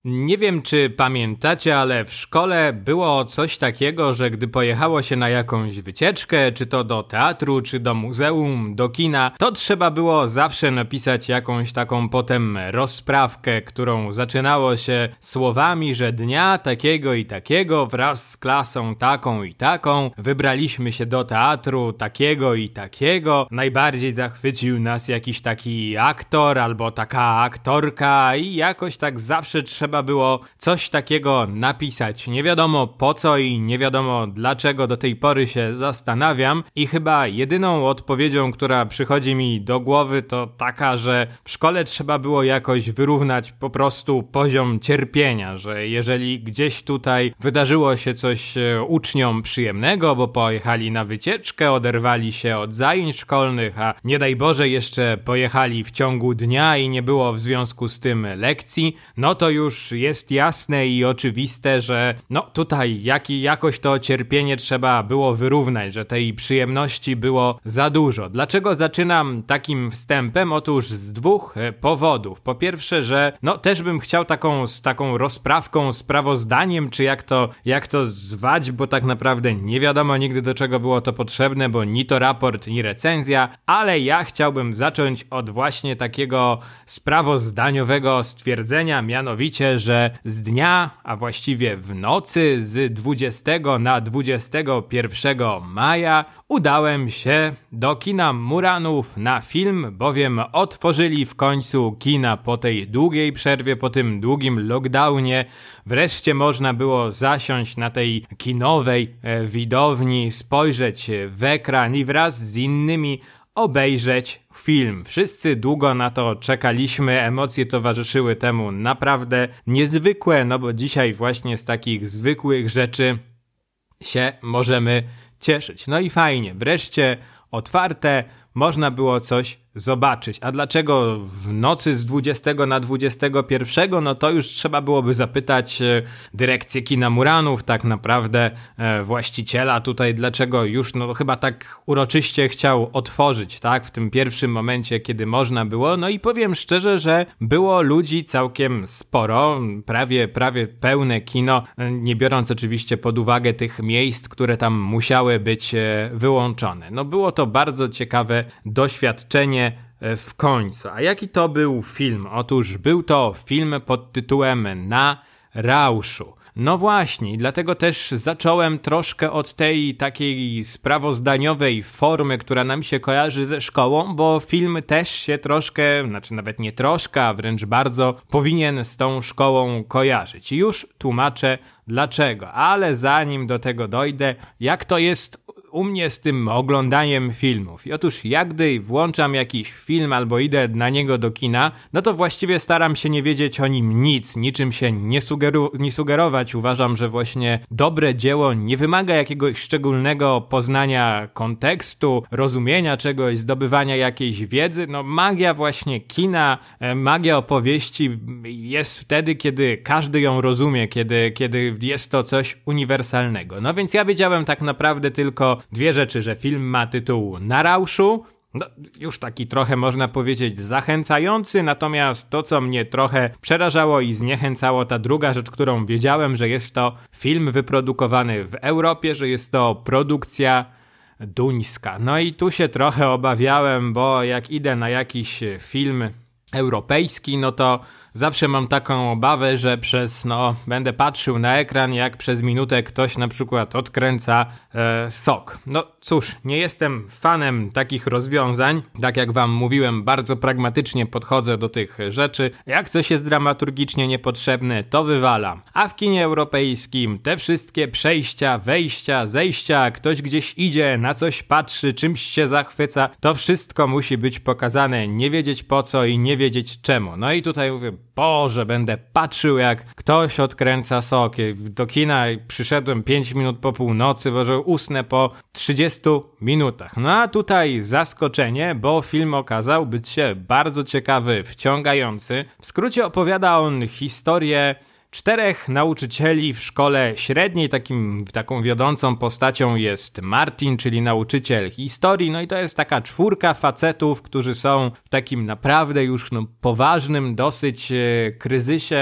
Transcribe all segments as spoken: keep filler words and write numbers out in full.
Nie wiem, czy pamiętacie, ale w szkole było coś takiego, że gdy pojechało się na jakąś wycieczkę, czy to do teatru, czy do muzeum, do kina, to trzeba było zawsze napisać jakąś taką potem rozprawkę, którą zaczynało się słowami, że dnia takiego i takiego wraz z klasą taką i taką wybraliśmy się do teatru takiego i takiego. Najbardziej zachwycił nas jakiś taki aktor albo taka aktorka i jakoś tak zawsze trzeba Trzeba było coś takiego napisać. Nie wiadomo po co i nie wiadomo dlaczego, do tej pory się zastanawiam i chyba jedyną odpowiedzią, która przychodzi mi do głowy, to taka, że w szkole trzeba było jakoś wyrównać po prostu poziom cierpienia, że jeżeli gdzieś tutaj wydarzyło się coś uczniom przyjemnego, bo pojechali na wycieczkę, oderwali się od zajęć szkolnych, a nie daj Boże jeszcze pojechali w ciągu dnia i nie było w związku z tym lekcji, no to już jest jasne i oczywiste, że no tutaj jak, jakoś to cierpienie trzeba było wyrównać, że tej przyjemności było za dużo. Dlaczego zaczynam takim wstępem? Otóż z dwóch powodów. Po pierwsze, że no też bym chciał taką, z taką rozprawką, sprawozdaniem, czy jak to, jak to zwać, bo tak naprawdę nie wiadomo nigdy do czego było to potrzebne, bo ni to raport, ni recenzja, ale ja chciałbym zacząć od właśnie takiego sprawozdaniowego stwierdzenia, mianowicie, że z dnia, a właściwie w nocy z dwudziestego na dwudziestego pierwszego maja udałem się do kina Muranów na film, bowiem otworzyli w końcu kina po tej długiej przerwie, po tym długim lockdownie. Wreszcie można było zasiąść na tej kinowej e, widowni, spojrzeć w ekran i wraz z innymi obejrzeć film. Wszyscy długo na to czekaliśmy, emocje towarzyszyły temu naprawdę niezwykłe, no bo dzisiaj właśnie z takich zwykłych rzeczy się możemy cieszyć. No i fajnie, wreszcie otwarte, można było coś zobaczyć. A dlaczego w nocy z dwudziestego na dwudziestego pierwszego? No to już trzeba byłoby zapytać e, dyrekcję kina Muranów, tak naprawdę e, właściciela tutaj, dlaczego już no chyba tak uroczyście chciał otworzyć, tak? W tym pierwszym momencie, kiedy można było. No i powiem szczerze, że było ludzi całkiem sporo, prawie, prawie pełne kino, nie biorąc oczywiście pod uwagę tych miejsc, które tam musiały być e, wyłączone. No było to bardzo ciekawe doświadczenie w końcu. A jaki to był film? Otóż był to film pod tytułem Na Rauszu. No właśnie, dlatego też zacząłem troszkę od tej takiej sprawozdaniowej formy, która nam się kojarzy ze szkołą, bo film też się troszkę, znaczy nawet nie troszkę, a wręcz bardzo powinien z tą szkołą kojarzyć. I już tłumaczę dlaczego, ale zanim do tego dojdę, jak to jest u mnie z tym oglądaniem filmów. I otóż jak gdy włączam jakiś film albo idę na niego do kina, no to właściwie staram się nie wiedzieć o nim nic, niczym się nie, sugeru- nie sugerować. Uważam, że właśnie dobre dzieło nie wymaga jakiegoś szczególnego poznania kontekstu, rozumienia czegoś, zdobywania jakiejś wiedzy. No magia właśnie kina, magia opowieści jest wtedy, kiedy każdy ją rozumie, kiedy, kiedy jest to coś uniwersalnego. No więc ja wiedziałem tak naprawdę tylko dwie rzeczy, że film ma tytuł Na Rauszu, no, już taki trochę można powiedzieć zachęcający, natomiast to, co mnie trochę przerażało i zniechęcało, ta druga rzecz, którą wiedziałem, że jest to film wyprodukowany w Europie, że jest to produkcja duńska. No i tu się trochę obawiałem, bo jak idę na jakiś film europejski, no to zawsze mam taką obawę, że przez, no, będę patrzył na ekran, jak przez minutę ktoś na przykład odkręca e, sok. No cóż, nie jestem fanem takich rozwiązań. Tak jak wam mówiłem, bardzo pragmatycznie podchodzę do tych rzeczy. Jak coś jest dramaturgicznie niepotrzebne, to wywalam. A w kinie europejskim te wszystkie przejścia, wejścia, zejścia, ktoś gdzieś idzie, na coś patrzy, czymś się zachwyca, to wszystko musi być pokazane, nie wiedzieć po co i nie wiedzieć czemu. No i tutaj mówię, Boże, będę patrzył jak ktoś odkręca sok. Do kina przyszedłem pięć minut po północy, bo że usnę po trzydziestu minutach. No a tutaj zaskoczenie, bo film okazał być się bardzo ciekawy, wciągający. W skrócie opowiada on historię czterech nauczycieli w szkole średniej. Takim, taką wiodącą postacią jest Martin, czyli nauczyciel historii. No i to jest taka czwórka facetów, którzy są w takim naprawdę już no, poważnym dosyć e, kryzysie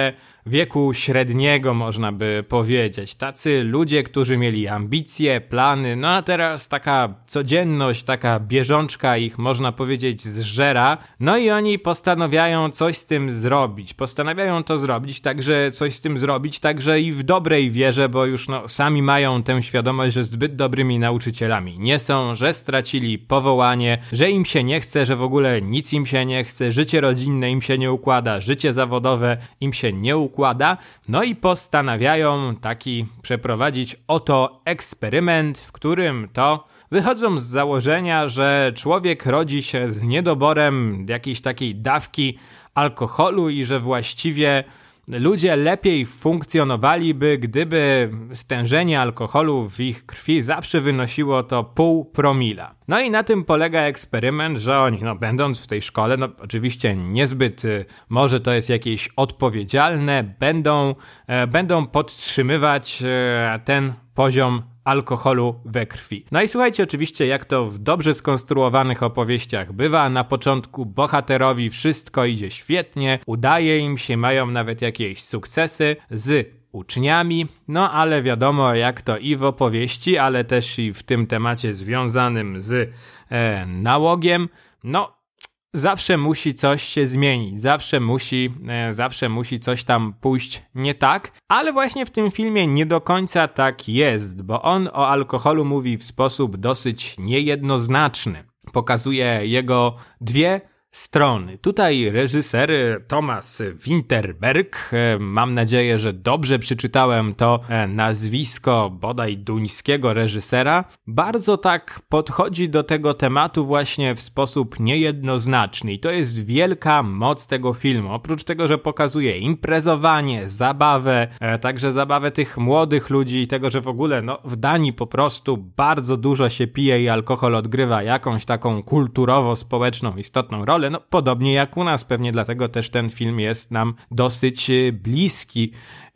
wieku średniego, można by powiedzieć. Tacy ludzie, którzy mieli ambicje, plany, no a teraz taka codzienność, taka bieżączka ich, można powiedzieć, zżera. No i oni postanawiają coś z tym zrobić. Postanawiają to zrobić, także coś z tym zrobić, także i w dobrej wierze, bo już no, sami mają tę świadomość, że zbyt dobrymi nauczycielami nie są, że stracili powołanie, że im się nie chce, że w ogóle nic im się nie chce, życie rodzinne im się nie układa, życie zawodowe im się nie układa, no i postanawiają taki przeprowadzić oto eksperyment, w którym to wychodzą z założenia, że człowiek rodzi się z niedoborem jakiejś takiej dawki alkoholu i że właściwie ludzie lepiej funkcjonowaliby, gdyby stężenie alkoholu w ich krwi zawsze wynosiło to pół promila. No i na tym polega eksperyment, że oni, no będąc w tej szkole, no oczywiście niezbyt, y, może to jest jakieś odpowiedzialne, będą, e, będą podtrzymywać e, ten poziom alkoholu we krwi. No i słuchajcie, oczywiście jak to w dobrze skonstruowanych opowieściach bywa, na początku bohaterowi wszystko idzie świetnie, udaje im się, mają nawet jakieś sukcesy z uczniami, no ale wiadomo jak to i w opowieści, ale też i w tym temacie związanym z e, nałogiem, no zawsze musi coś się zmienić, zawsze musi, e, zawsze musi coś tam pójść nie tak, ale właśnie w tym filmie nie do końca tak jest, bo on o alkoholu mówi w sposób dosyć niejednoznaczny. Pokazuje jego dwie strony. Tutaj reżyser Thomas Winterberg, mam nadzieję, że dobrze przeczytałem to nazwisko bodaj duńskiego reżysera, bardzo tak podchodzi do tego tematu właśnie w sposób niejednoznaczny i to jest wielka moc tego filmu. Oprócz tego, że pokazuje imprezowanie, zabawę, także zabawę tych młodych ludzi i tego, że w ogóle no, w Danii po prostu bardzo dużo się pije i alkohol odgrywa jakąś taką kulturowo-społeczną istotną rolę. No podobnie jak u nas, pewnie dlatego też ten film jest nam dosyć bliski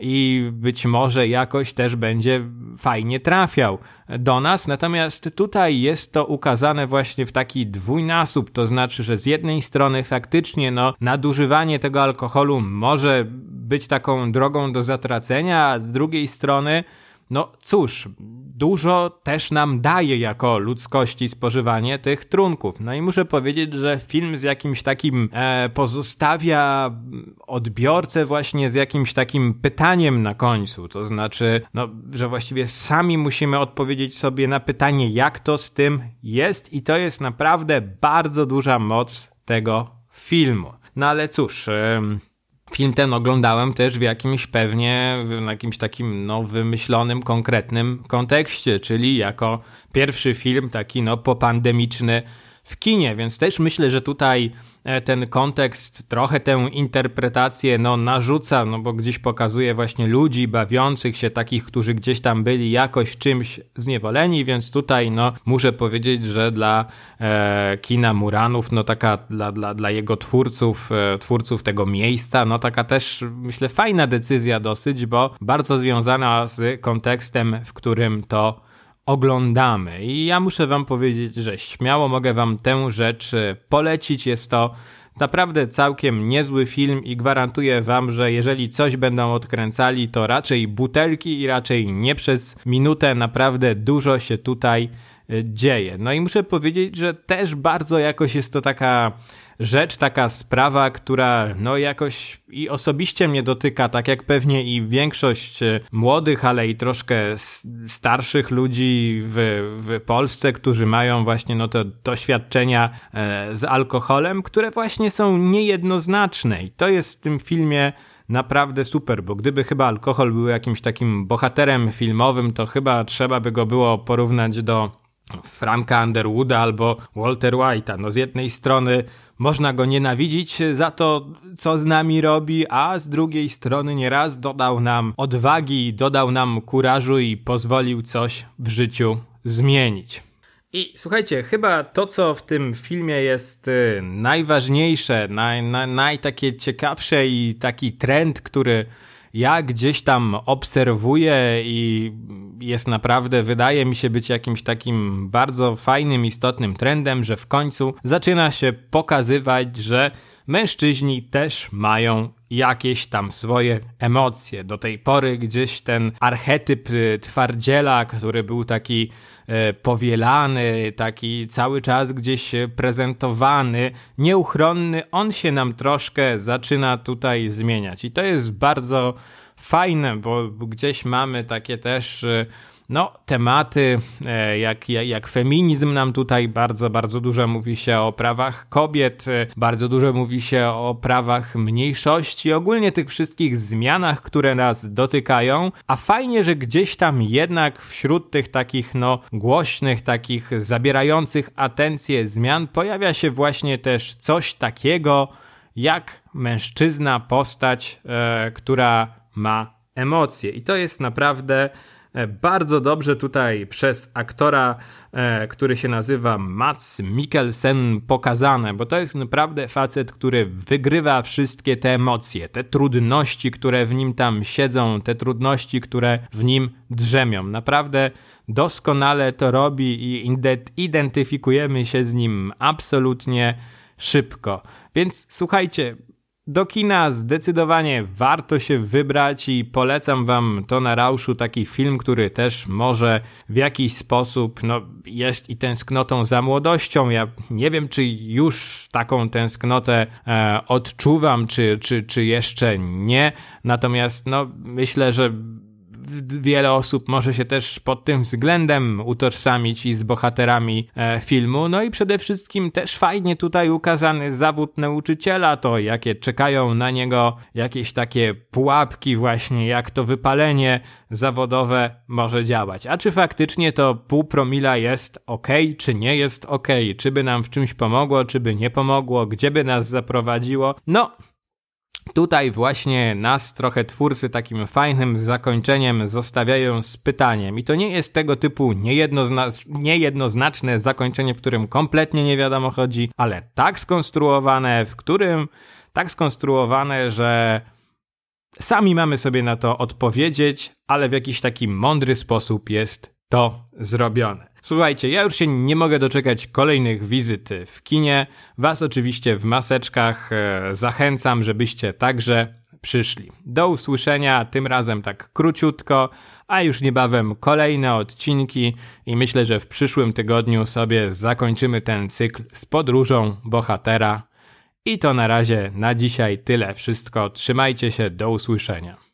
i być może jakoś też będzie fajnie trafiał do nas, natomiast tutaj jest to ukazane właśnie w taki dwójnasób, to znaczy, że z jednej strony faktycznie no nadużywanie tego alkoholu może być taką drogą do zatracenia, a z drugiej strony no cóż, dużo też nam daje jako ludzkości spożywanie tych trunków. No i muszę powiedzieć, że film z jakimś takim e, pozostawia odbiorcę właśnie z jakimś takim pytaniem na końcu. To znaczy, no, że właściwie sami musimy odpowiedzieć sobie na pytanie, jak to z tym jest i to jest naprawdę bardzo duża moc tego filmu. No ale cóż... E, Film ten oglądałem też w jakimś pewnie, w jakimś takim no wymyślonym, konkretnym kontekście, czyli jako pierwszy film taki no popandemiczny w kinie, więc też myślę, że tutaj ten kontekst trochę tę interpretację no narzuca, no bo gdzieś pokazuje właśnie ludzi bawiących się, takich, którzy gdzieś tam byli jakoś czymś zniewoleni, więc tutaj no muszę powiedzieć, że dla e, kina Muranów, no taka dla, dla, dla jego twórców, e, twórców tego miejsca, no taka też myślę fajna decyzja dosyć, bo bardzo związana z kontekstem, w którym to oglądamy. I ja muszę wam powiedzieć, że śmiało mogę wam tę rzecz polecić. Jest to naprawdę całkiem niezły film i gwarantuję wam, że jeżeli coś będą odkręcali, to raczej butelki i raczej nie przez minutę. Naprawdę dużo się tutaj dzieje. No i muszę powiedzieć, że też bardzo jakoś jest to taka rzecz, taka sprawa, która no jakoś i osobiście mnie dotyka, tak jak pewnie i większość młodych, ale i troszkę starszych ludzi w, w Polsce, którzy mają właśnie no te doświadczenia e, z alkoholem, które właśnie są niejednoznaczne i to jest w tym filmie naprawdę super, bo gdyby chyba alkohol był jakimś takim bohaterem filmowym, to chyba trzeba by go było porównać do Franka Underwooda albo Walter White'a. No z jednej strony można go nienawidzić za to, co z nami robi, a z drugiej strony nieraz dodał nam odwagi, dodał nam kurażu i pozwolił coś w życiu zmienić. I słuchajcie, chyba to, co w tym filmie jest y, najważniejsze, naj, naj, naj takie ciekawsze i taki trend, który ja gdzieś tam obserwuję i jest naprawdę, wydaje mi się być jakimś takim bardzo fajnym, istotnym trendem, że w końcu zaczyna się pokazywać, że mężczyźni też mają jakieś tam swoje emocje. Do tej pory gdzieś ten archetyp twardziela, który był taki e, powielany, taki cały czas gdzieś prezentowany, nieuchronny, on się nam troszkę zaczyna tutaj zmieniać. I to jest bardzo fajne, bo gdzieś mamy takie też no, tematy, jak, jak, jak feminizm nam tutaj bardzo, bardzo dużo mówi się o prawach kobiet, bardzo dużo mówi się o prawach mniejszości, ogólnie tych wszystkich zmianach, które nas dotykają, a fajnie, że gdzieś tam jednak wśród tych takich no głośnych, takich zabierających atencję zmian pojawia się właśnie też coś takiego jak mężczyzna, postać, e, która ma emocje. I to jest naprawdę bardzo dobrze tutaj przez aktora, e, który się nazywa Mads Mikkelsen pokazane, bo to jest naprawdę facet, który wygrywa wszystkie te emocje, te trudności, które w nim tam siedzą, te trudności, które w nim drzemią. Naprawdę doskonale to robi i identyfikujemy się z nim absolutnie szybko. Więc słuchajcie, do kina zdecydowanie warto się wybrać i polecam wam to na rauszu taki film, który też może w jakiś sposób no, jest i tęsknotą za młodością. Ja nie wiem, czy już taką tęsknotę e, odczuwam, czy, czy, czy jeszcze nie. Natomiast no, myślę, że wiele osób może się też pod tym względem utożsamić i z bohaterami e, filmu. No i przede wszystkim też fajnie tutaj ukazany zawód nauczyciela, to jakie czekają na niego jakieś takie pułapki właśnie, jak to wypalenie zawodowe może działać. A czy faktycznie to pół promila jest okej, czy nie jest okej? Czy by nam w czymś pomogło, czy by nie pomogło? Gdzie by nas zaprowadziło? No... Tutaj właśnie nas trochę twórcy takim fajnym zakończeniem zostawiają z pytaniem. I to nie jest tego typu niejednozna- niejednoznaczne zakończenie, w którym kompletnie nie wiadomo chodzi, ale tak skonstruowane, w którym tak skonstruowane, że sami mamy sobie na to odpowiedzieć, ale w jakiś taki mądry sposób jest to zrobione. Słuchajcie, ja już się nie mogę doczekać kolejnych wizyt w kinie. Was oczywiście w maseczkach e, zachęcam, żebyście także przyszli. Do usłyszenia, tym razem tak króciutko, a już niebawem kolejne odcinki i myślę, że w przyszłym tygodniu sobie zakończymy ten cykl z podróżą bohatera. I to na razie na dzisiaj tyle wszystko. Trzymajcie się, do usłyszenia.